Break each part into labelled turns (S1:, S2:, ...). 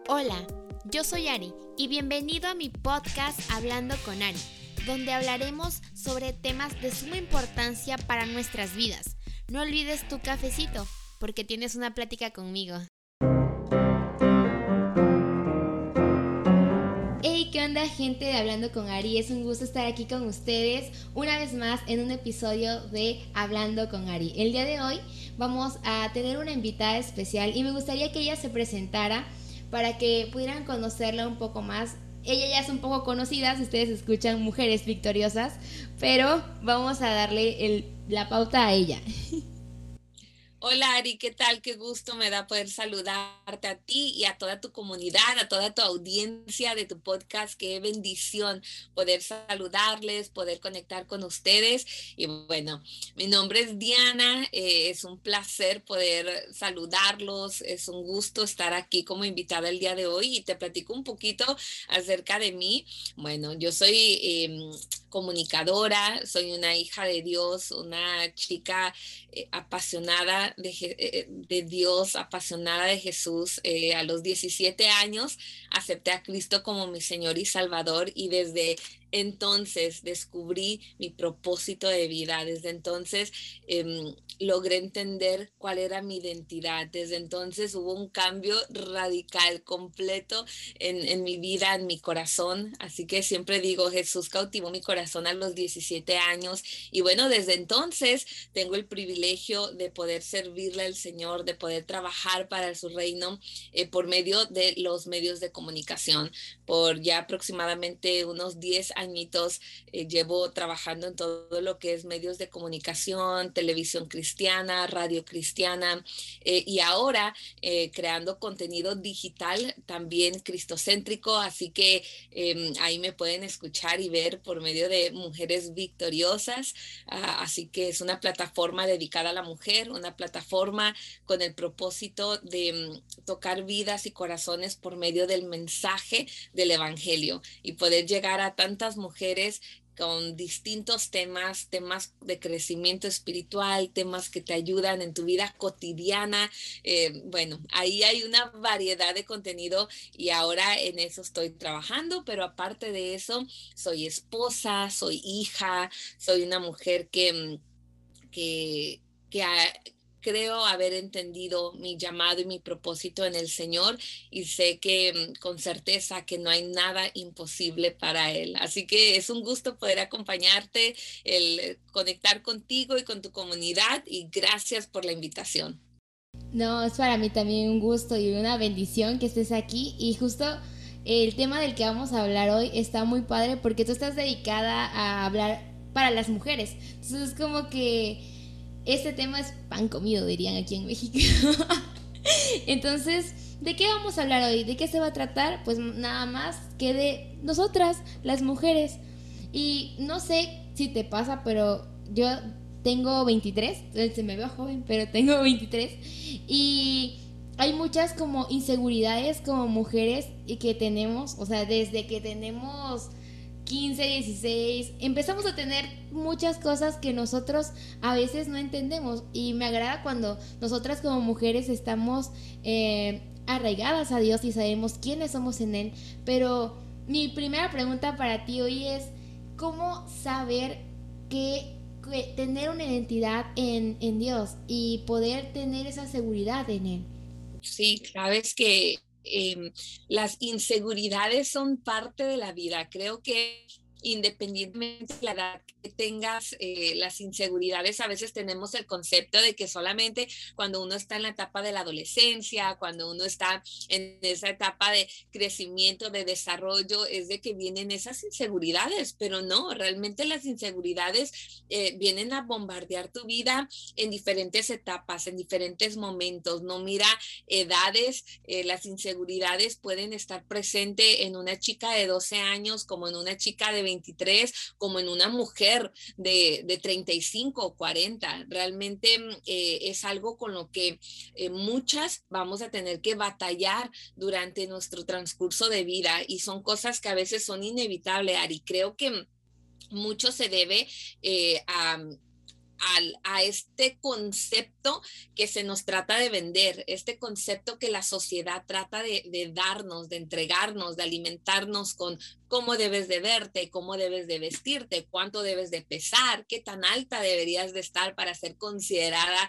S1: Hola, yo soy Ari y bienvenido a mi podcast Hablando con Ari, donde hablaremos sobre temas de suma importancia para nuestras vidas. No olvides tu cafecito, porque tienes una plática conmigo. Hey, ¿qué onda, gente de Hablando con Ari? Es un gusto estar aquí con ustedes una vez más en un episodio de Hablando con Ari. El día de hoy vamos a tener una invitada especial y me gustaría que ella se presentara para que pudieran conocerla un poco más. Ella ya es un poco conocida si ustedes escuchan Mujeres Victoriosas, pero vamos a darle la pauta a ella.
S2: Hola Ari, ¿qué tal? Qué gusto me da poder saludarte a ti y a toda tu comunidad, a toda tu audiencia de tu podcast. Qué bendición poder saludarles, poder conectar con ustedes. Y bueno, mi nombre es Diana, es un placer poder saludarlos, es un gusto estar aquí como invitada el día de hoy y te platico un poquito acerca de mí. Bueno, yo soy comunicadora, soy una hija de Dios, una chica apasionada de Dios, apasionada de Jesús. A los 17 años acepté a Cristo como mi Señor y Salvador y desde entonces descubrí mi propósito de vida. Desde entonces logré entender cuál era mi identidad. Desde entonces hubo un cambio radical, completo en mi vida, en mi corazón. Así que siempre digo, Jesús cautivó mi corazón a los 17 años y bueno, desde entonces tengo el privilegio de poder servirle al Señor, de poder trabajar para su reino por medio de los medios de comunicación. Por ya aproximadamente unos 10 añitos llevo trabajando en todo lo que es medios de comunicación, televisión cristiana, radio cristiana y ahora creando contenido digital también cristocéntrico, así que ahí me pueden escuchar y ver por medio de Mujeres Victoriosas. Así que es una plataforma dedicada a la mujer, una plataforma con el propósito de tocar vidas y corazones por medio del mensaje del Evangelio y poder llegar a tantas mujeres con distintos temas de crecimiento espiritual, temas que te ayudan en tu vida cotidiana. Bueno, ahí hay una variedad de contenido y ahora en eso estoy trabajando, pero aparte de eso, soy esposa, soy hija, soy una mujer que, que ha- creo haber entendido mi llamado y mi propósito en el Señor y sé que con certeza que no hay nada imposible para Él. Así que es un gusto poder acompañarte, el conectar contigo y con tu comunidad y gracias por la invitación.
S1: No, es para mí también un gusto y una bendición que estés aquí y justo el tema del que vamos a hablar hoy está muy padre porque tú estás dedicada a hablar para las mujeres. Entonces es como que este tema es pan comido, dirían aquí en México. Entonces, ¿de qué vamos a hablar hoy? ¿De qué se va a tratar? Pues nada más que de nosotras, las mujeres. Y no sé si te pasa, pero yo tengo 23, se me veo joven, pero tengo 23 y hay muchas como inseguridades como mujeres y que tenemos, o sea, desde que tenemos 15, 16, empezamos a tener muchas cosas que nosotros a veces no entendemos y me agrada cuando nosotras como mujeres estamos arraigadas a Dios y sabemos quiénes somos en Él, pero mi primera pregunta para ti hoy es, ¿cómo saber que tener una identidad en Dios y poder tener esa seguridad en Él?
S2: Sí, sabes que las inseguridades son parte de la vida. Creo que independientemente de la edad que tengas, las inseguridades a veces tenemos el concepto de que solamente cuando uno está en la etapa de la adolescencia, cuando uno está en esa etapa de crecimiento, de desarrollo, es de que vienen esas inseguridades, pero no, realmente las inseguridades vienen a bombardear tu vida en diferentes etapas, en diferentes momentos. No mira edades, las inseguridades pueden estar presentes en una chica de 12 años, como en una chica de 23, como en una mujer de 35 o 40. Realmente es algo con lo que muchas vamos a tener que batallar durante nuestro transcurso de vida y son cosas que a veces son inevitables, Ari. Creo que mucho se debe a a este concepto que se nos trata de vender, este concepto que la sociedad trata de darnos, de entregarnos, de alimentarnos con cómo debes de verte, cómo debes de vestirte, cuánto debes de pesar, qué tan alta deberías de estar para ser considerada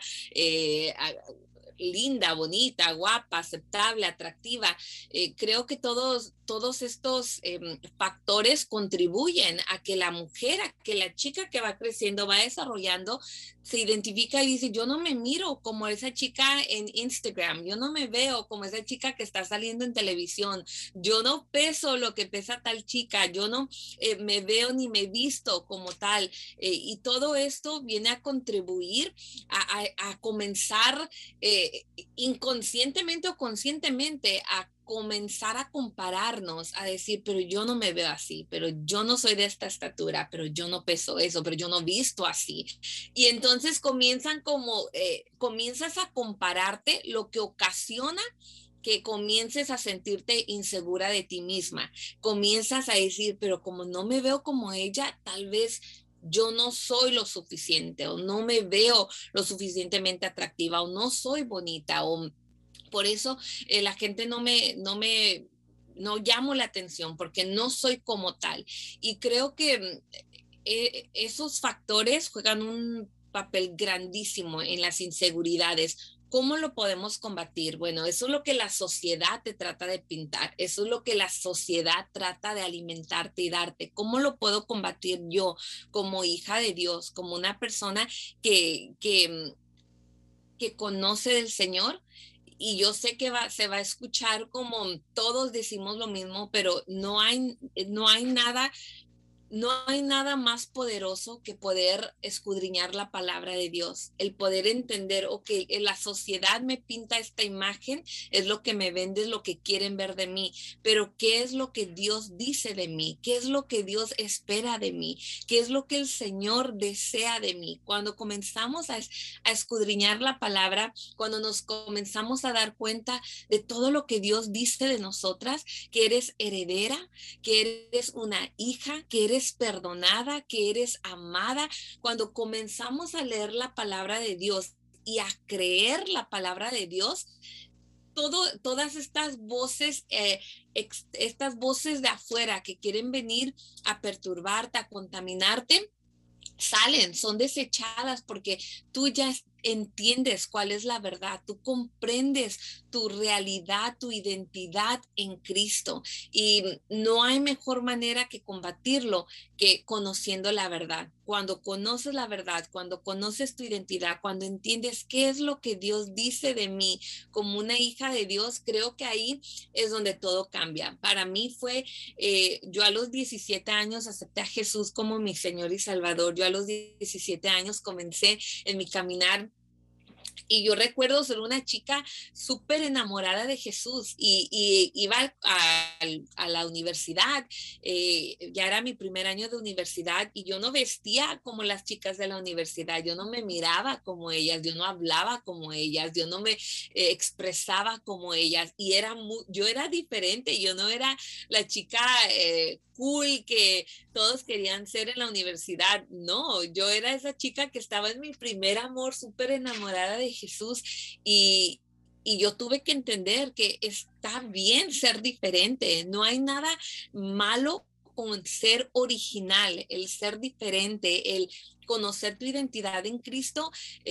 S2: linda, bonita, guapa, aceptable, atractiva. Creo que todos estos factores contribuyen a que la mujer, a que la chica que va creciendo, va desarrollando, se identifica y dice, yo no me miro como esa chica en Instagram, yo no me veo como esa chica que está saliendo en televisión, yo no peso lo que pesa tal chica, yo no me veo ni me visto como tal. Y todo esto viene a contribuir a comenzar inconscientemente o conscientemente a comenzar a compararnos, a decir, pero yo no me veo así, pero yo no soy de esta estatura, pero yo no peso eso, pero yo no visto así. Y entonces comienzas a compararte, lo que ocasiona que comiences a sentirte insegura de ti misma. Comienzas a decir, pero como no me veo como ella, tal vez yo no soy lo suficiente o no me veo lo suficientemente atractiva o no soy bonita o por eso la gente no llamo la atención porque no soy como tal. Y creo que esos factores juegan un papel grandísimo en las inseguridades. ¿Cómo lo podemos combatir? Bueno, eso es lo que la sociedad te trata de pintar, eso es lo que la sociedad trata de alimentarte y darte. ¿Cómo lo puedo combatir yo como hija de Dios, como una persona que conoce del Señor? Y yo sé que se va a escuchar como todos decimos lo mismo, pero no hay nada no hay nada más poderoso que poder escudriñar la palabra de Dios, el poder entender, ok, la sociedad me pinta esta imagen, es lo que me vende, es lo que quieren ver de mí, pero ¿qué es lo que Dios dice de mí? ¿Qué es lo que Dios espera de mí? ¿Qué es lo que el Señor desea de mí? Cuando comenzamos a escudriñar la palabra, cuando nos comenzamos a dar cuenta de todo lo que Dios dice de nosotras, que eres heredera, que eres una hija, que eres perdonada, que eres amada. Cuando comenzamos a leer la palabra de Dios y a creer la palabra de Dios, todas estas voces de afuera que quieren venir a perturbarte, a contaminarte, salen, son desechadas porque tú ya entiendes cuál es la verdad, tú comprendes tu realidad, tu identidad en Cristo y no hay mejor manera que combatirlo que conociendo la verdad. Cuando conoces la verdad, cuando conoces tu identidad, cuando entiendes qué es lo que Dios dice de mí como una hija de Dios, creo que ahí es donde todo cambia. Para mí fue yo a los 17 años acepté a Jesús como mi Señor y Salvador. Yo a los 17 años comencé en mi caminar y yo recuerdo ser una chica súper enamorada de Jesús y iba a la universidad, ya era mi primer año de universidad y yo no vestía como las chicas de la universidad, yo no me miraba como ellas, yo no hablaba como ellas, yo no me expresaba como ellas y yo era diferente, yo no era la chica cool que todos querían ser en la universidad. No, yo era esa chica que estaba en mi primer amor, súper enamorada de Jesús y yo tuve que entender que está bien ser diferente, no hay nada malo con ser original, el ser diferente, el conocer tu identidad en Cristo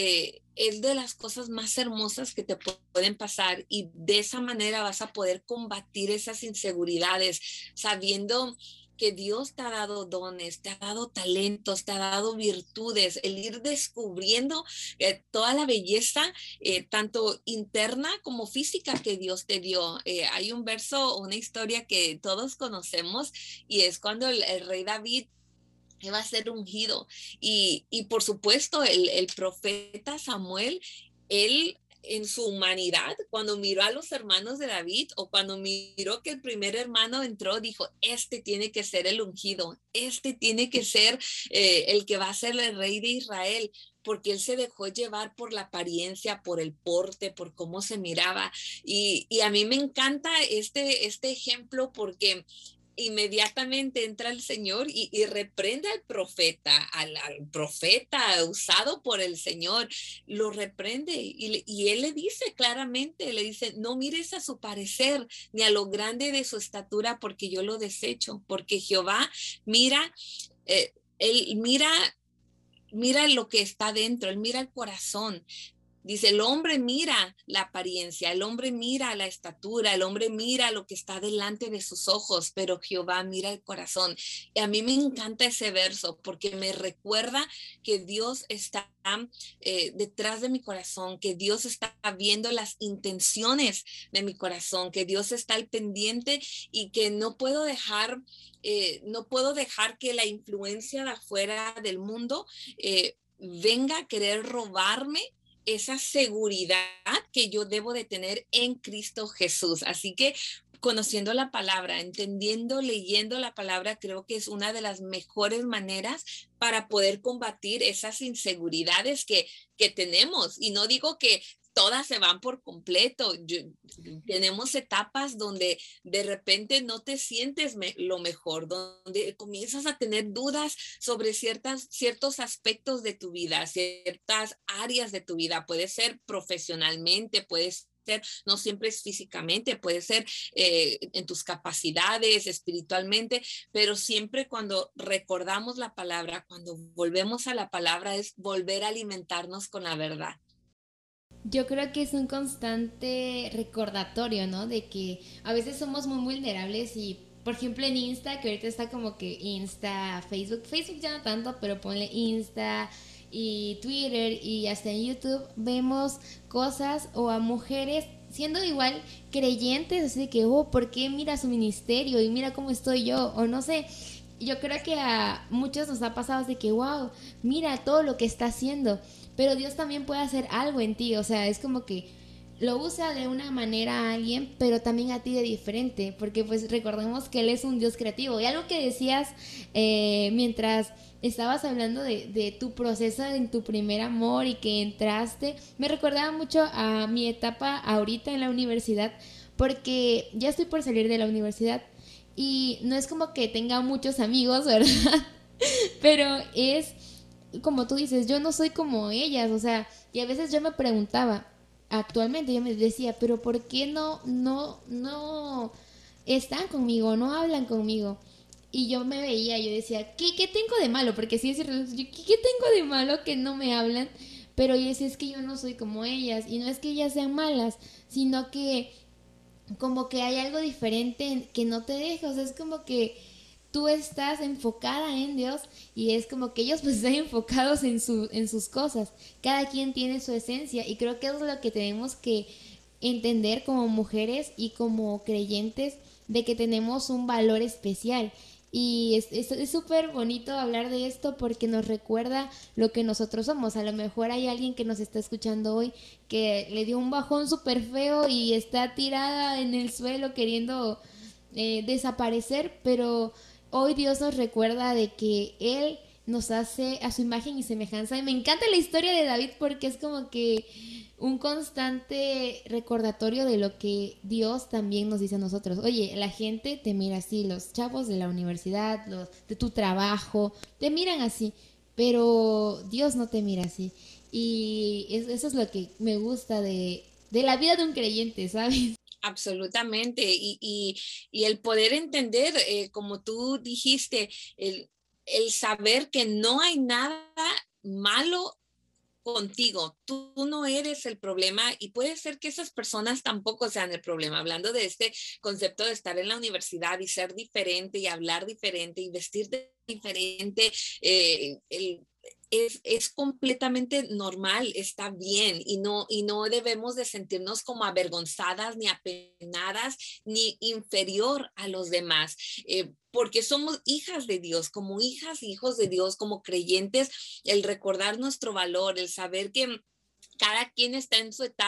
S2: es de las cosas más hermosas que te pueden pasar y de esa manera vas a poder combatir esas inseguridades sabiendo que Dios te ha dado dones, te ha dado talentos, te ha dado virtudes, el ir descubriendo toda la belleza, tanto interna como física que Dios te dio. Hay un verso, una historia que todos conocemos y es cuando el rey David va a ser ungido. Y por supuesto, el profeta Samuel, él en su humanidad, cuando miró a los hermanos de David o cuando miró que el primer hermano entró, dijo, este tiene que ser el ungido, este tiene que ser el que va a ser el rey de Israel, porque él se dejó llevar por la apariencia, por el porte, por cómo se miraba. Y a mí me encanta este ejemplo porque inmediatamente entra el Señor y reprende al profeta usado por el Señor, lo reprende y él le dice claramente, le dice, no mires a su parecer ni a lo grande de su estatura porque yo lo desecho, porque Jehová mira, él mira lo que está dentro, él mira el corazón. Dice, el hombre mira la apariencia, el hombre mira la estatura, el hombre mira lo que está delante de sus ojos, pero Jehová mira el corazón. Y a mí me encanta ese verso porque me recuerda que Dios está detrás de mi corazón, que Dios está viendo las intenciones de mi corazón, que Dios está al pendiente y que no puedo dejar que la influencia de afuera del mundo venga a querer robarme esa seguridad que yo debo de tener en Cristo Jesús. Así que conociendo la palabra, entendiendo, leyendo la palabra, creo que es una de las mejores maneras para poder combatir esas inseguridades que tenemos. Y no digo que todas se van por completo. Tenemos etapas donde de repente no te sientes lo mejor, donde comienzas a tener dudas sobre ciertos aspectos de tu vida, ciertas áreas de tu vida. Puede ser profesionalmente, puede ser, no siempre es físicamente, puede ser en tus capacidades, espiritualmente, pero siempre cuando recordamos la palabra, cuando volvemos a la palabra, es volver a alimentarnos con la verdad.
S1: Yo creo que es un constante recordatorio, ¿no? De que a veces somos muy vulnerables y, por ejemplo, en Insta, que ahorita está como que Insta, Facebook ya no tanto, pero ponle Insta y Twitter y hasta en YouTube vemos cosas o a mujeres siendo igual creyentes, así de que, oh, ¿por qué mira su ministerio y mira cómo estoy yo? O no sé, yo creo que a muchos nos ha pasado de que, wow, mira todo lo que está haciendo, pero Dios también puede hacer algo en ti, o sea, es como que lo usa de una manera a alguien, pero también a ti de diferente, porque pues recordemos que Él es un Dios creativo. Y algo que decías mientras estabas hablando de tu proceso en tu primer amor y que entraste, me recordaba mucho a mi etapa ahorita en la universidad, porque ya estoy por salir de la universidad y no es como que tenga muchos amigos, ¿verdad? Pero es como tú dices, yo no soy como ellas, o sea, y a veces yo me preguntaba, actualmente yo me decía, pero ¿por qué no están conmigo, no hablan conmigo? Y yo me veía, yo decía, ¿qué tengo de malo? Porque sí, ¿qué tengo de malo que no me hablan? Pero yo decía, es que yo no soy como ellas, y no es que ellas sean malas, sino que como que hay algo diferente que no te deja, o sea, es como que tú estás enfocada en Dios y es como que ellos pues están enfocados en sus cosas. Cada quien tiene su esencia y creo que eso es lo que tenemos que entender como mujeres y como creyentes de que tenemos un valor especial. Y es súper bonito hablar de esto porque nos recuerda lo que nosotros somos. A lo mejor hay alguien que nos está escuchando hoy que le dio un bajón súper feo y está tirada en el suelo queriendo desaparecer, pero hoy Dios nos recuerda de que Él nos hace a su imagen y semejanza. Y me encanta la historia de David porque es como que un constante recordatorio de lo que Dios también nos dice a nosotros. Oye, la gente te mira así, los chavos de la universidad, los de tu trabajo, te miran así, pero Dios no te mira así. Y eso es lo que me gusta de la vida de un creyente, ¿sabes?
S2: Absolutamente. Y el poder entender, como tú dijiste, el saber que no hay nada malo contigo, tú no eres el problema y puede ser que esas personas tampoco sean el problema. Hablando de este concepto de estar en la universidad y ser diferente y hablar diferente y vestirte diferente, es completamente normal, está bien y no debemos de sentirnos como avergonzadas ni apenadas ni inferior a los demás, porque somos hijas de Dios, como hijas y hijos de Dios, como creyentes, el recordar nuestro valor, el saber que Cada quien está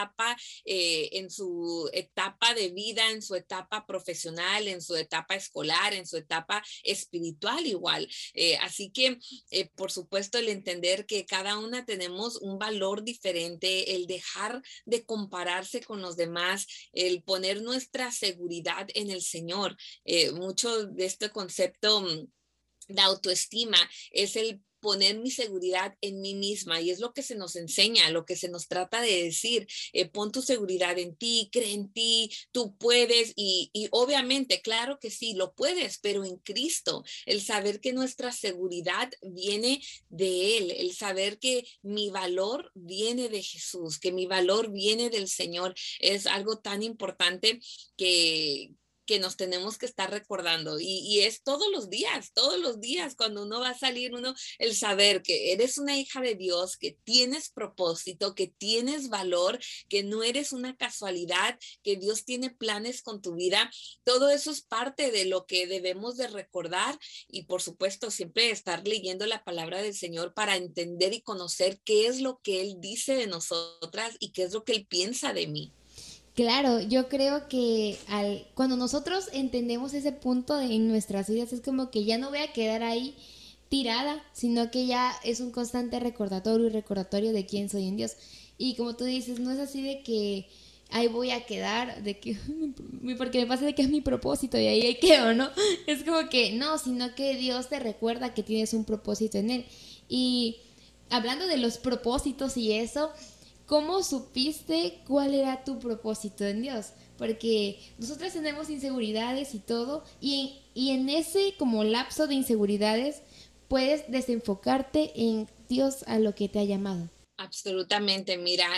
S2: en su etapa de vida, en su etapa profesional, en su etapa escolar, en su etapa espiritual igual. Así que, por supuesto, el entender que cada una tenemos un valor diferente, el dejar de compararse con los demás, el poner nuestra seguridad en el Señor. Mucho de este concepto de autoestima es el poner mi seguridad en mí misma y es lo que se nos enseña, lo que se nos trata de decir, pon tu seguridad en ti, cree en ti, tú puedes y obviamente, claro que sí, lo puedes, pero en Cristo, el saber que nuestra seguridad viene de Él, el saber que mi valor viene de Jesús, que mi valor viene del Señor, es algo tan importante que, que nos tenemos que estar recordando y es todos los días cuando uno va a salir, uno, el saber que eres una hija de Dios, que tienes propósito, que tienes valor, que no eres una casualidad, que Dios tiene planes con tu vida, todo eso es parte de lo que debemos de recordar y por supuesto siempre estar leyendo la palabra del Señor para entender y conocer qué es lo que Él dice de nosotras y qué es lo que Él piensa de mí.
S1: Claro, yo creo que cuando nosotros entendemos ese punto en nuestras vidas es como que ya no voy a quedar ahí tirada, sino que ya es un constante recordatorio y recordatorio de quién soy en Dios. Y como tú dices, no es así de que ahí voy a quedar, de que porque me pasa de que es mi propósito y ahí quedo, ¿no? Es como que no, sino que Dios te recuerda que tienes un propósito en Él. Y hablando de los propósitos y eso, ¿cómo supiste cuál era tu propósito en Dios? Porque nosotras tenemos inseguridades y todo, y en ese como lapso de inseguridades puedes desenfocarte en Dios a lo que te ha llamado.
S2: Absolutamente, mira,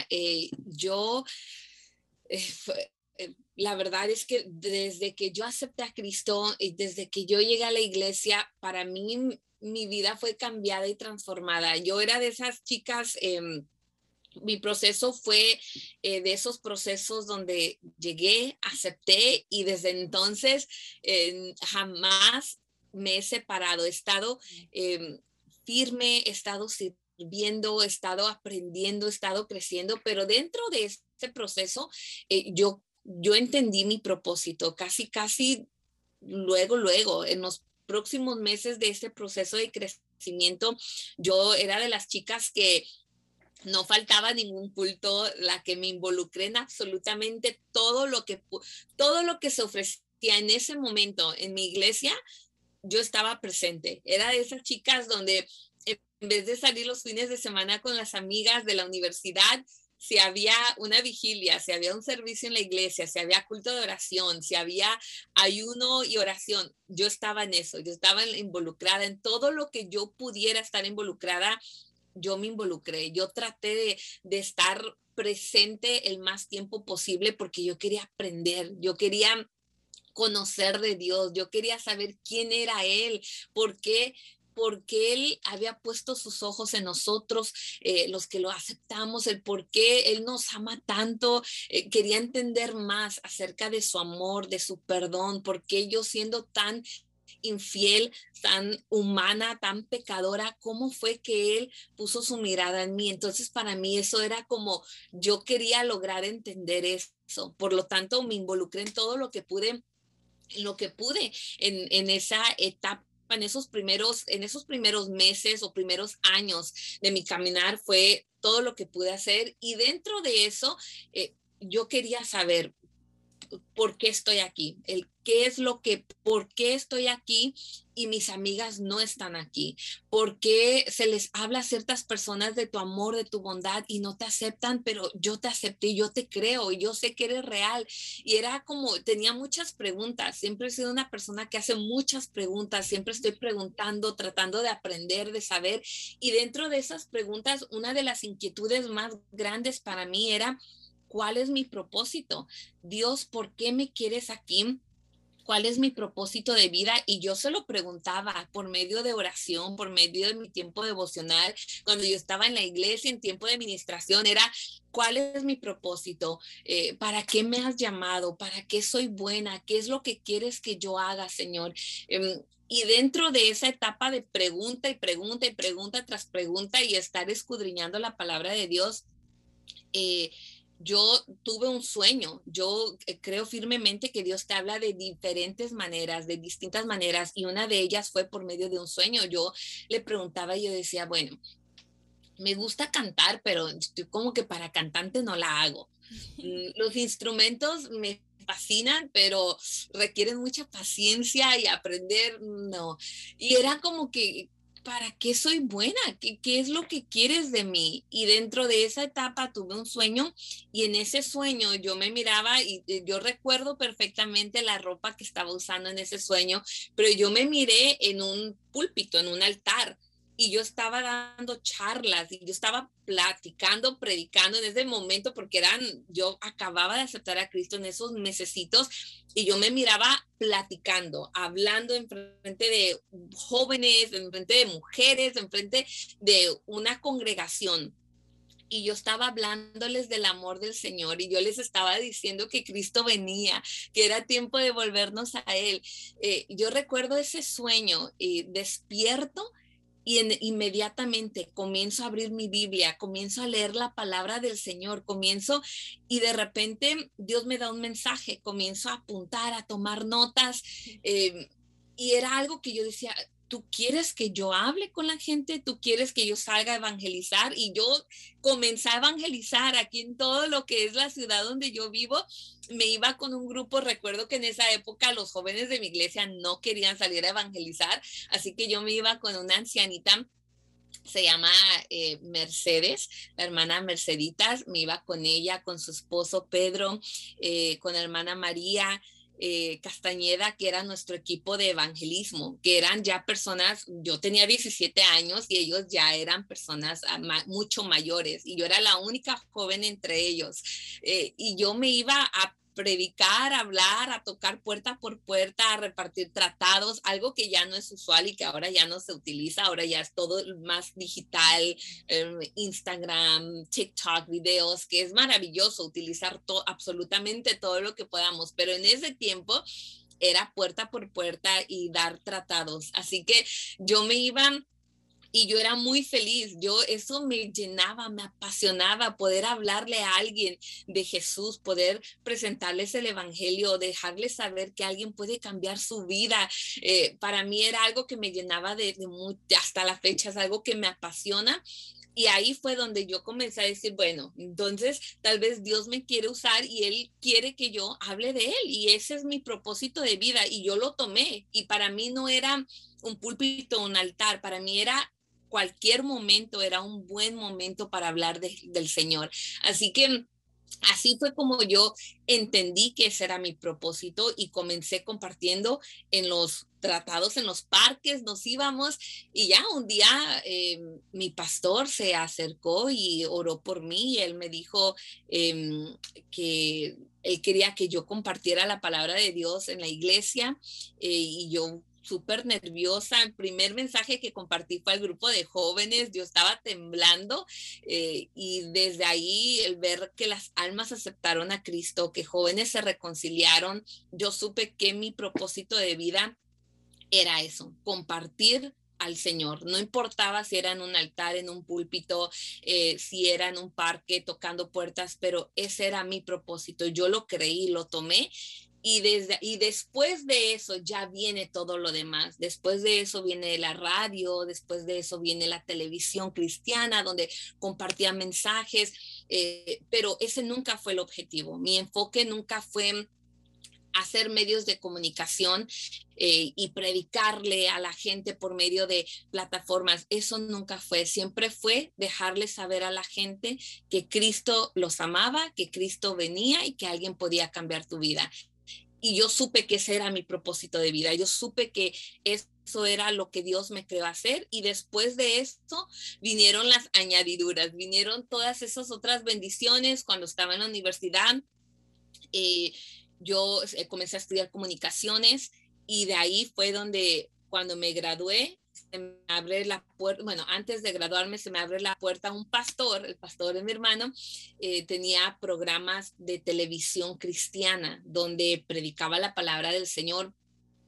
S2: la verdad es que desde que yo acepté a Cristo y desde que yo llegué a la iglesia, para mí mi vida fue cambiada y transformada. Yo era de esas chicas, mi proceso fue de esos procesos donde llegué, acepté y desde entonces jamás me he separado. He estado firme, he estado sirviendo, he estado aprendiendo, he estado creciendo, pero dentro de ese proceso yo entendí mi propósito, casi luego, en los próximos meses de ese proceso de crecimiento, yo era de las chicas que no faltaba ningún culto, la que me involucré en absolutamente todo lo que se ofrecía en ese momento en mi iglesia, yo estaba presente. Era de esas chicas donde en vez de salir los fines de semana con las amigas de la universidad, si había una vigilia, si había un servicio en la iglesia, si había culto de oración, si había ayuno y oración, yo estaba en eso, yo estaba involucrada en todo lo que yo pudiera estar involucrada, yo me involucré, yo traté de estar presente el más tiempo posible porque yo quería aprender, yo quería conocer de Dios, yo quería saber quién era Él, por qué, porque Él había puesto sus ojos en nosotros, los que lo aceptamos, el por qué Él nos ama tanto, quería entender más acerca de su amor, de su perdón, porque yo siendo tan infiel, tan humana, tan pecadora, cómo fue que él puso su mirada en mí. Entonces, para mí eso era como yo quería lograr entender eso. Por lo tanto, me involucré en lo que pude en esa etapa. En esos primeros meses o primeros años de mi caminar fue todo lo que pude hacer y dentro de eso yo quería saber por qué estoy aquí, por qué estoy aquí y mis amigas no están aquí, por qué se les habla a ciertas personas de tu amor, de tu bondad y no te aceptan, pero yo te acepté, yo te creo y yo sé que eres real. Y era como, tenía muchas preguntas, siempre he sido una persona que hace muchas preguntas, siempre estoy preguntando, tratando de aprender, de saber y dentro de esas preguntas, una de las inquietudes más grandes para mí era, ¿cuál es mi propósito? Dios, ¿por qué me quieres aquí? ¿Cuál es mi propósito de vida? Y yo se lo preguntaba por medio de oración, por medio de mi tiempo devocional, cuando yo estaba en la iglesia, en tiempo de administración, era, ¿cuál es mi propósito? ¿Para qué me has llamado? ¿Para qué soy buena? ¿Qué es lo que quieres que yo haga, Señor? Y dentro de esa etapa de pregunta y pregunta y pregunta tras pregunta y estar escudriñando la palabra de Dios, eh, yo tuve un sueño. Yo creo firmemente que Dios te habla de diferentes maneras, de distintas maneras, y una de ellas fue por medio de un sueño. Yo le preguntaba y yo decía, bueno, me gusta cantar, pero estoy como que para cantante no la hago. Los instrumentos me fascinan, pero requieren mucha paciencia y aprender, no. Y era como que, ¿para qué soy buena? ¿Qué es lo que quieres de mí? Y dentro de esa etapa tuve un sueño y en ese sueño yo me miraba y yo recuerdo perfectamente la ropa que estaba usando en ese sueño, pero yo me miré en un púlpito, en un altar y yo estaba dando charlas y yo estaba platicando, predicando en ese momento porque yo acababa de aceptar a Cristo en esos mesecitos y yo me miraba platicando, hablando en frente de jóvenes, en frente de mujeres, en frente de una congregación. Y yo estaba hablándoles del amor del Señor y yo les estaba diciendo que Cristo venía, que era tiempo de volvernos a Él. Yo recuerdo ese sueño despierto y inmediatamente comienzo a abrir mi Biblia, comienzo a leer la palabra del Señor, comienzo y de repente Dios me da un mensaje, comienzo a apuntar, a tomar notas y era algo que yo decía, ¿tú quieres que yo hable con la gente? ¿Tú quieres que yo salga a evangelizar? Y yo comencé a evangelizar aquí en todo lo que es la ciudad donde yo vivo. Me iba con un grupo, recuerdo que en esa época los jóvenes de mi iglesia no querían salir a evangelizar, así que yo me iba con una ancianita, se llama Mercedes, la hermana Merceditas, me iba con ella, con su esposo Pedro, con la hermana María, Castañeda, que era nuestro equipo de evangelismo, que eran ya personas, yo tenía 17 años y ellos ya eran personas mucho mayores y yo era la única joven entre ellos. Y yo me iba a predicar, a hablar, a tocar puerta por puerta, a repartir tratados, algo que ya no es usual y que ahora ya no se utiliza, ahora ya es todo más digital, Instagram, TikTok, videos, que es maravilloso utilizar absolutamente todo lo que podamos, pero en ese tiempo era puerta por puerta y dar tratados. Así que yo me iba y yo era muy feliz, eso me llenaba, me apasionaba poder hablarle a alguien de Jesús, poder presentarles el evangelio, dejarles saber que alguien puede cambiar su vida. Para mí era algo que me llenaba hasta la fecha, es algo que me apasiona. Y ahí fue donde yo comencé a decir, bueno, entonces tal vez Dios me quiere usar y Él quiere que yo hable de Él. Y ese es mi propósito de vida. Y yo lo tomé. Y para mí no era un púlpito, un altar, para mí era cualquier momento, era un buen momento para hablar del Señor. Así que así fue como yo entendí que ese era mi propósito y comencé compartiendo en los tratados, en los parques, nos íbamos y ya un día mi pastor se acercó y oró por mí y él me dijo que él quería que yo compartiera la palabra de Dios en la iglesia y yo súper nerviosa. El primer mensaje que compartí fue al grupo de jóvenes, yo estaba temblando y desde ahí el ver que las almas aceptaron a Cristo, que jóvenes se reconciliaron, yo supe que mi propósito de vida era eso, compartir al Señor. No importaba si era en un altar, en un púlpito, si era en un parque tocando puertas, pero ese era mi propósito. Yo lo creí, lo tomé y después de eso ya viene todo lo demás. Después de eso viene la radio, después de eso viene la televisión cristiana, donde compartía mensajes, pero ese nunca fue el objetivo. Mi enfoque nunca fue hacer medios de comunicación y predicarle a la gente por medio de plataformas. Eso nunca fue, siempre fue dejarle saber a la gente que Cristo los amaba, que Cristo venía y que alguien podía cambiar tu vida. Y yo supe que ese era mi propósito de vida, yo supe que eso era lo que Dios me creó hacer y después de esto vinieron las añadiduras, vinieron todas esas otras bendiciones cuando estaba en la universidad. Eh, yo comencé a estudiar comunicaciones y de ahí fue donde cuando me gradué, se me abre la puerta, bueno, antes de graduarme se me abre la puerta un pastor, el pastor de mi hermano, tenía programas de televisión cristiana donde predicaba la palabra del Señor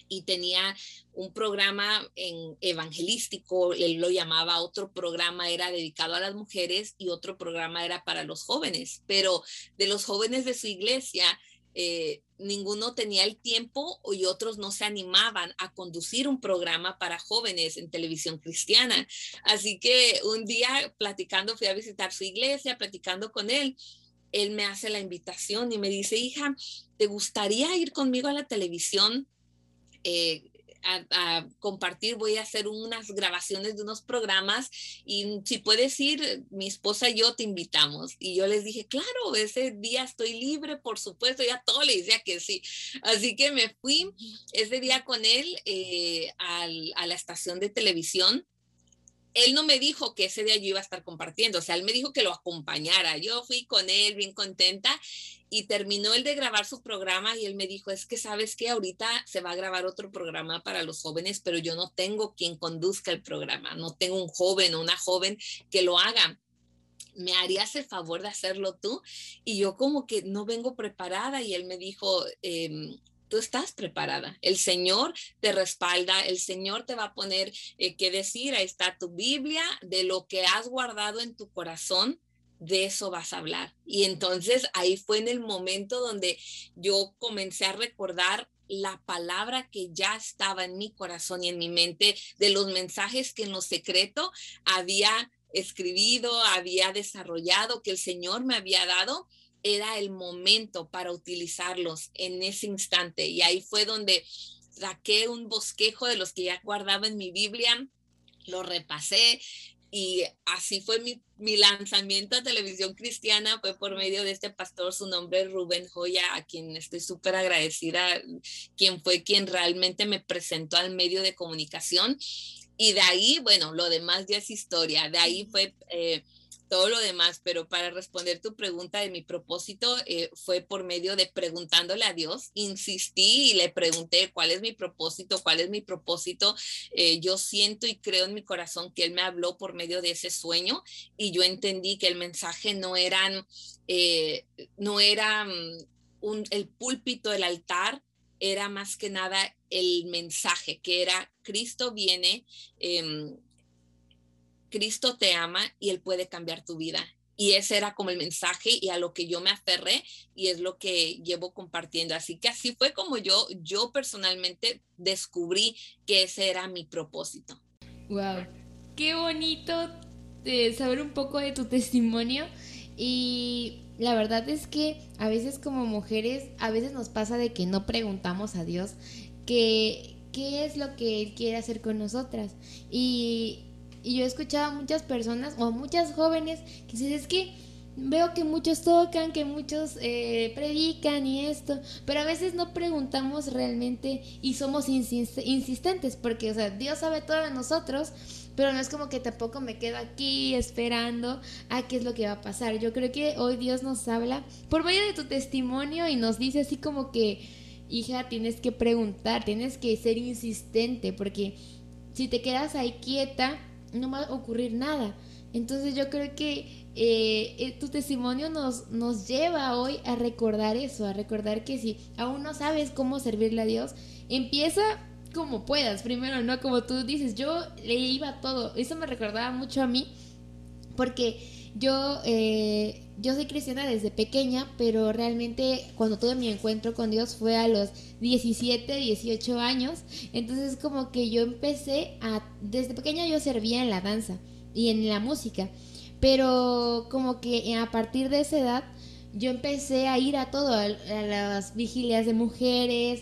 S2: y tenía un programa evangelístico, él lo llamaba, otro programa era dedicado a las mujeres y otro programa era para los jóvenes, pero de los jóvenes de su iglesia, ninguno tenía el tiempo y otros no se animaban a conducir un programa para jóvenes en televisión cristiana. Así que un día platicando, fui a visitar su iglesia, platicando con él me hace la invitación y me dice, hija, ¿te gustaría ir conmigo a la televisión? A compartir, voy a hacer unas grabaciones de unos programas y si puedes ir, mi esposa y yo te invitamos. Y yo les dije, claro, ese día estoy libre, por supuesto, ya todo le decía que sí. Así que me fui ese día con él a la estación de televisión. Él no me dijo que ese día yo iba a estar compartiendo, o sea, él me dijo que lo acompañara. Yo fui con él bien contenta y terminó él de grabar su programa y él me dijo, es que sabes que ahorita se va a grabar otro programa para los jóvenes, pero yo no tengo quien conduzca el programa, no tengo un joven o una joven que lo haga. ¿Me harías el favor de hacerlo tú? Y yo como que no vengo preparada y él me dijo, tú estás preparada, el Señor te respalda, el Señor te va a poner qué decir, ahí está tu Biblia, de lo que has guardado en tu corazón, de eso vas a hablar. Y entonces ahí fue en el momento donde yo comencé a recordar la palabra que ya estaba en mi corazón y en mi mente, de los mensajes que en lo secreto había escribido, había desarrollado, que el Señor me había dado. Era el momento para utilizarlos en ese instante. Y ahí fue donde saqué un bosquejo de los que ya guardaba en mi Biblia, lo repasé y así fue mi lanzamiento a televisión cristiana, fue por medio de este pastor, su nombre es Rubén Joya, a quien estoy súper agradecida, quien fue quien realmente me presentó al medio de comunicación. Y de ahí, bueno, lo demás ya es historia, de ahí fue todo lo demás, pero para responder tu pregunta de mi propósito, fue por medio de preguntándole a Dios, insistí y le pregunté cuál es mi propósito, cuál es mi propósito. Yo siento y creo en mi corazón que Él me habló por medio de ese sueño y yo entendí que el mensaje no era el púlpito, el altar, era más que nada el mensaje, que era Cristo viene, Cristo te ama y Él puede cambiar tu vida. Y ese era como el mensaje y a lo que yo me aferré y es lo que llevo compartiendo. Así que así fue como yo personalmente descubrí que ese era mi propósito.
S1: Wow, qué bonito saber un poco de tu testimonio. Y la verdad es que a veces como mujeres, a veces nos pasa de que no preguntamos a Dios qué es lo que Él quiere hacer con nosotras. Y yo he escuchado a muchas personas o muchas jóvenes que dicen, es que veo que muchos tocan, que muchos predican y esto, pero a veces no preguntamos realmente y somos insistentes, porque, o sea, Dios sabe todo de nosotros, pero no es como que tampoco me quedo aquí esperando a qué es lo que va a pasar. Yo creo que hoy Dios nos habla por medio de tu testimonio y nos dice así como que, hija, tienes que preguntar, tienes que ser insistente, porque si te quedas ahí quieta, no va a ocurrir nada. Entonces yo creo que tu testimonio nos lleva hoy a recordar eso, a recordar que si aún no sabes cómo servirle a Dios, empieza como puedas, primero, ¿no? Como tú dices, yo le iba a todo. Eso me recordaba mucho a mí, porque yo soy cristiana desde pequeña, pero realmente cuando tuve mi encuentro con Dios fue a los 17, 18 años. Entonces como que yo empecé desde pequeña yo servía en la danza y en la música, pero como que a partir de esa edad yo empecé a ir a todo, a las vigilias de mujeres,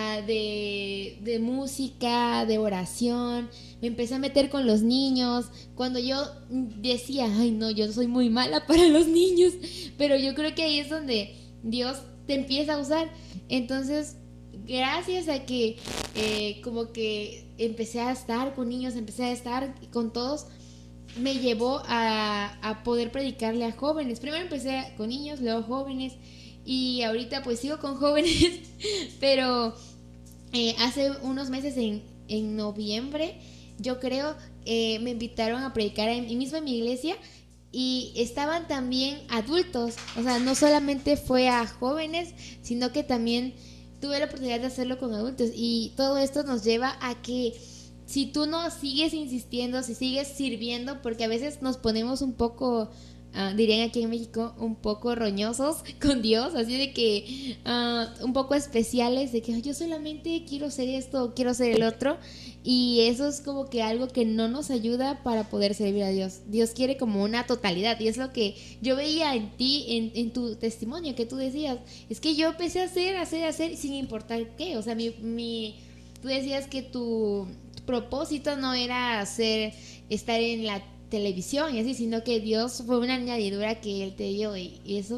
S1: de música, de oración. Me empecé a meter con los niños. Cuando yo decía, ay no, yo soy muy mala para los niños, pero yo creo que ahí es donde Dios te empieza a usar. Entonces, gracias a que como que empecé a estar con niños, empecé a estar con todos, me llevó a poder predicarle a jóvenes. Primero empecé con niños, luego jóvenes, y ahorita pues sigo con jóvenes, pero hace unos meses en noviembre, yo creo, me invitaron a predicar mismo en mi iglesia, y estaban también adultos, o sea, no solamente fue a jóvenes, sino que también tuve la oportunidad de hacerlo con adultos y todo esto nos lleva a que si tú no sigues insistiendo, si sigues sirviendo, porque a veces nos ponemos un poco, dirían aquí en México, un poco roñosos con Dios, así de que un poco especiales, de que yo solamente quiero ser esto, quiero ser el otro, y eso es como que algo que no nos ayuda para poder servir a Dios. Dios quiere como una totalidad, y es lo que yo veía en ti, en tu testimonio, que tú decías, es que yo empecé a hacer, sin importar qué, o sea, tú decías que tu propósito no era estar en la televisión y así, sino que Dios fue una añadidura que Él te dio y eso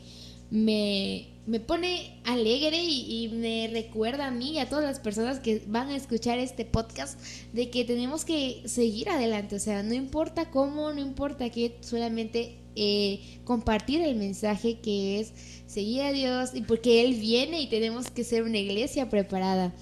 S1: me pone alegre y me recuerda a mí y a todas las personas que van a escuchar este podcast de que tenemos que seguir adelante, o sea, no importa cómo, no importa qué, solamente compartir el mensaje que es seguir a Dios y porque Él viene y tenemos que ser una iglesia preparada.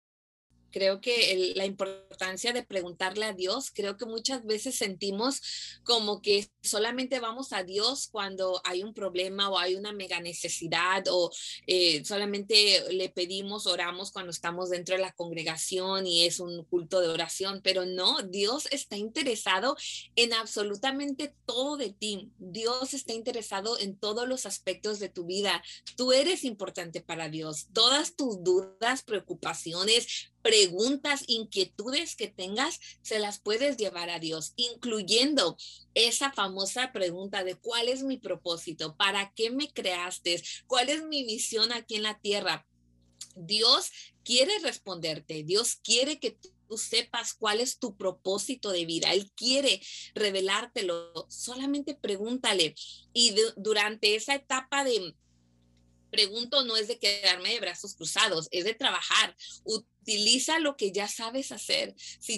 S2: Creo que la importancia de preguntarle a Dios, creo que muchas veces sentimos como que solamente vamos a Dios cuando hay un problema o hay una mega necesidad o solamente le pedimos, oramos cuando estamos dentro de la congregación y es un culto de oración, pero no, Dios está interesado en absolutamente todo de ti. Dios está interesado en todos los aspectos de tu vida. Tú eres importante para Dios. Todas tus dudas, preocupaciones, preguntas, inquietudes que tengas, se las puedes llevar a Dios, incluyendo esa famosa pregunta de cuál es mi propósito, para qué me creaste, cuál es mi misión aquí en la tierra. Dios quiere responderte, Dios quiere que tú sepas cuál es tu propósito de vida. Él quiere revelártelo. Solamente pregúntale. Y durante esa etapa de pregunto no es de quedarme de brazos cruzados, es de trabajar. Utiliza lo que ya sabes hacer.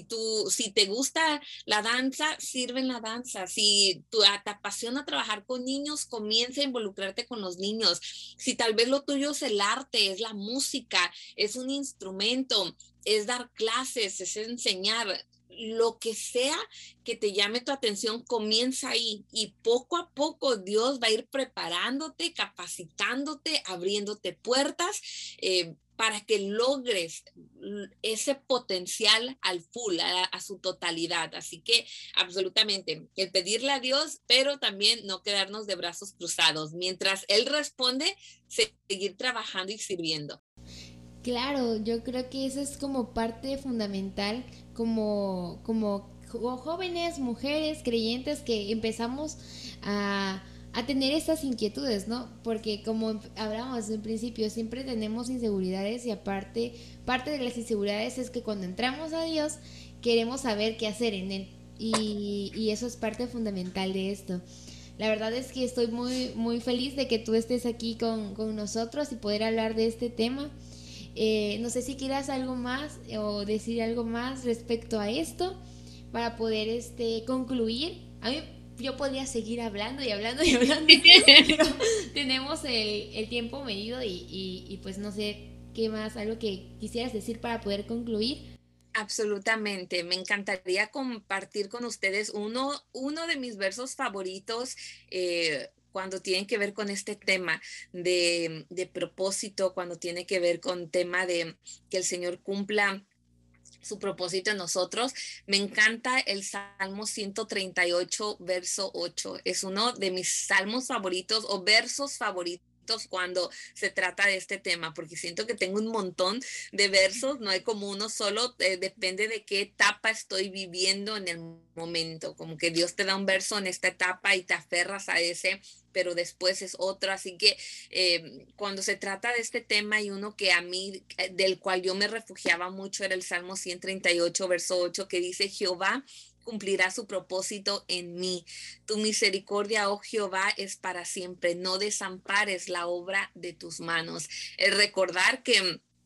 S2: Si te gusta la danza, sirve en la danza. Si te apasiona trabajar con niños, comienza a involucrarte con los niños. Si tal vez lo tuyo es el arte, es la música, es un instrumento, es dar clases, es enseñar, lo que sea que te llame tu atención, comienza ahí y poco a poco Dios va a ir preparándote, capacitándote, abriéndote puertas para que logres ese potencial al full, a su totalidad. Así que absolutamente, el pedirle a Dios, pero también no quedarnos de brazos cruzados. Mientras Él responde, seguir trabajando y sirviendo.
S1: Claro, yo creo que eso es como parte fundamental, como jóvenes, mujeres, creyentes que empezamos a tener estas inquietudes, ¿no? Porque como hablábamos en principio, siempre tenemos inseguridades y aparte, parte de las inseguridades es que cuando entramos a Dios queremos saber qué hacer en Él y eso es parte fundamental de esto. La verdad es que estoy muy feliz de que tú estés aquí con nosotros y poder hablar de este tema. No sé si quieras algo más o decir algo más respecto a esto para poder concluir. A mí yo podría seguir hablando y hablando y hablando, pero tenemos el tiempo medido y pues no sé qué más, algo que quisieras decir para poder concluir.
S2: Absolutamente, me encantaría compartir con ustedes uno de mis versos favoritos cuando tienen que ver con este tema de propósito, cuando tiene que ver con tema de que el Señor cumpla su propósito en nosotros. Me encanta el Salmo 138, verso 8. Es uno de mis salmos favoritos o versos favoritos cuando se trata de este tema, porque siento que tengo un montón de versos, no hay como uno solo, depende de qué etapa estoy viviendo en el momento, como que Dios te da un verso en esta etapa y te aferras a ese, pero después es otro, así que cuando se trata de este tema hay uno que a mí, del cual yo me refugiaba mucho, era el Salmo 138, verso 8, que dice: Jehová cumplirá su propósito en mí. Tu misericordia, oh Jehová, es para siempre. No desampares la obra de tus manos. El recordar que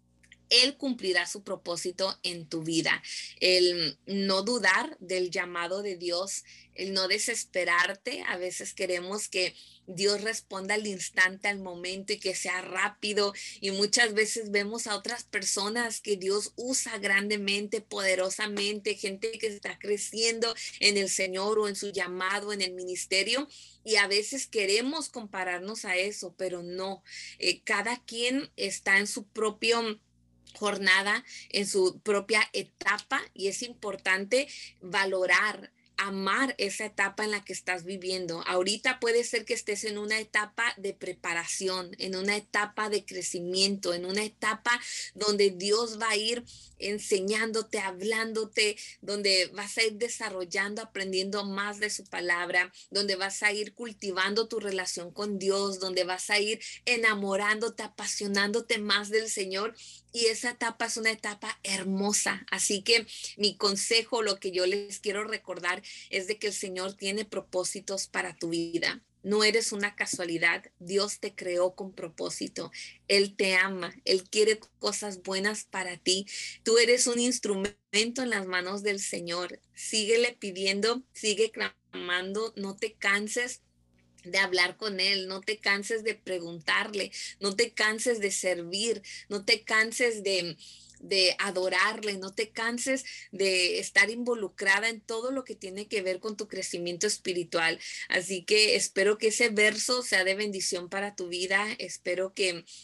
S2: Él cumplirá su propósito en tu vida. El no dudar del llamado de Dios, el no desesperarte. A veces queremos que Dios responda al instante, al momento y que sea rápido. Y muchas veces vemos a otras personas que Dios usa grandemente, poderosamente, gente que está creciendo en el Señor o en su llamado, en el ministerio. Y a veces queremos compararnos a eso, pero no. Cada quien está en su propio jornada, en su propia etapa, y es importante valorar, amar esa etapa en la que estás viviendo. Ahorita puede ser que estés en una etapa de preparación, en una etapa de crecimiento, en una etapa donde Dios va a ir enseñándote, hablándote, donde vas a ir desarrollando, aprendiendo más de su palabra, donde vas a ir cultivando tu relación con Dios, donde vas a ir enamorándote, apasionándote más del Señor. Y esa etapa es una etapa hermosa. Así que mi consejo, lo que yo les quiero recordar es de que el Señor tiene propósitos para tu vida. No eres una casualidad. Dios te creó con propósito. Él te ama. Él quiere cosas buenas para ti. Tú eres un instrumento en las manos del Señor. Síguele pidiendo, sigue clamando, no te canses de hablar con Él, no te canses de preguntarle, no te canses de servir, no te canses de adorarle, no te canses de estar involucrada en todo lo que tiene que ver con tu crecimiento espiritual. Así que espero que ese verso sea de bendición para tu vida, espero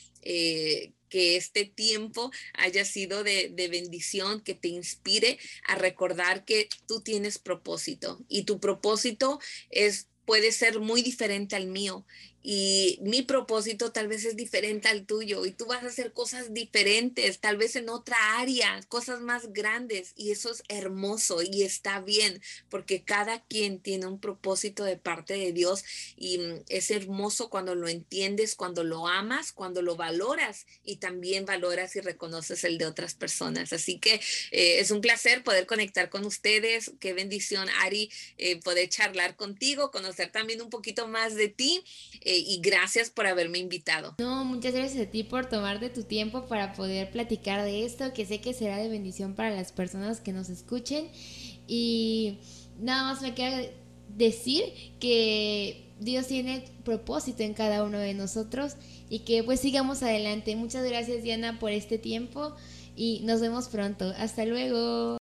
S2: que este tiempo haya sido de bendición, que te inspire a recordar que tú tienes propósito y tu propósito puede ser muy diferente al mío y mi propósito tal vez es diferente al tuyo y tú vas a hacer cosas diferentes, tal vez en otra área, cosas más grandes y eso es hermoso y está bien porque cada quien tiene un propósito de parte de Dios y es hermoso cuando lo entiendes, cuando lo amas, cuando lo valoras y también valoras y reconoces el de otras personas. Así que es un placer poder conectar con ustedes. Qué bendición, Ari, poder charlar contigo, conocer también un poquito más de ti y gracias por haberme invitado.
S1: No, muchas gracias a ti por tomarte tu tiempo para poder platicar de esto, que sé que será de bendición para las personas que nos escuchen. Y nada más me queda decir que Dios tiene propósito en cada uno de nosotros y que pues sigamos adelante. Muchas gracias, Diana, por este tiempo y nos vemos pronto. Hasta luego.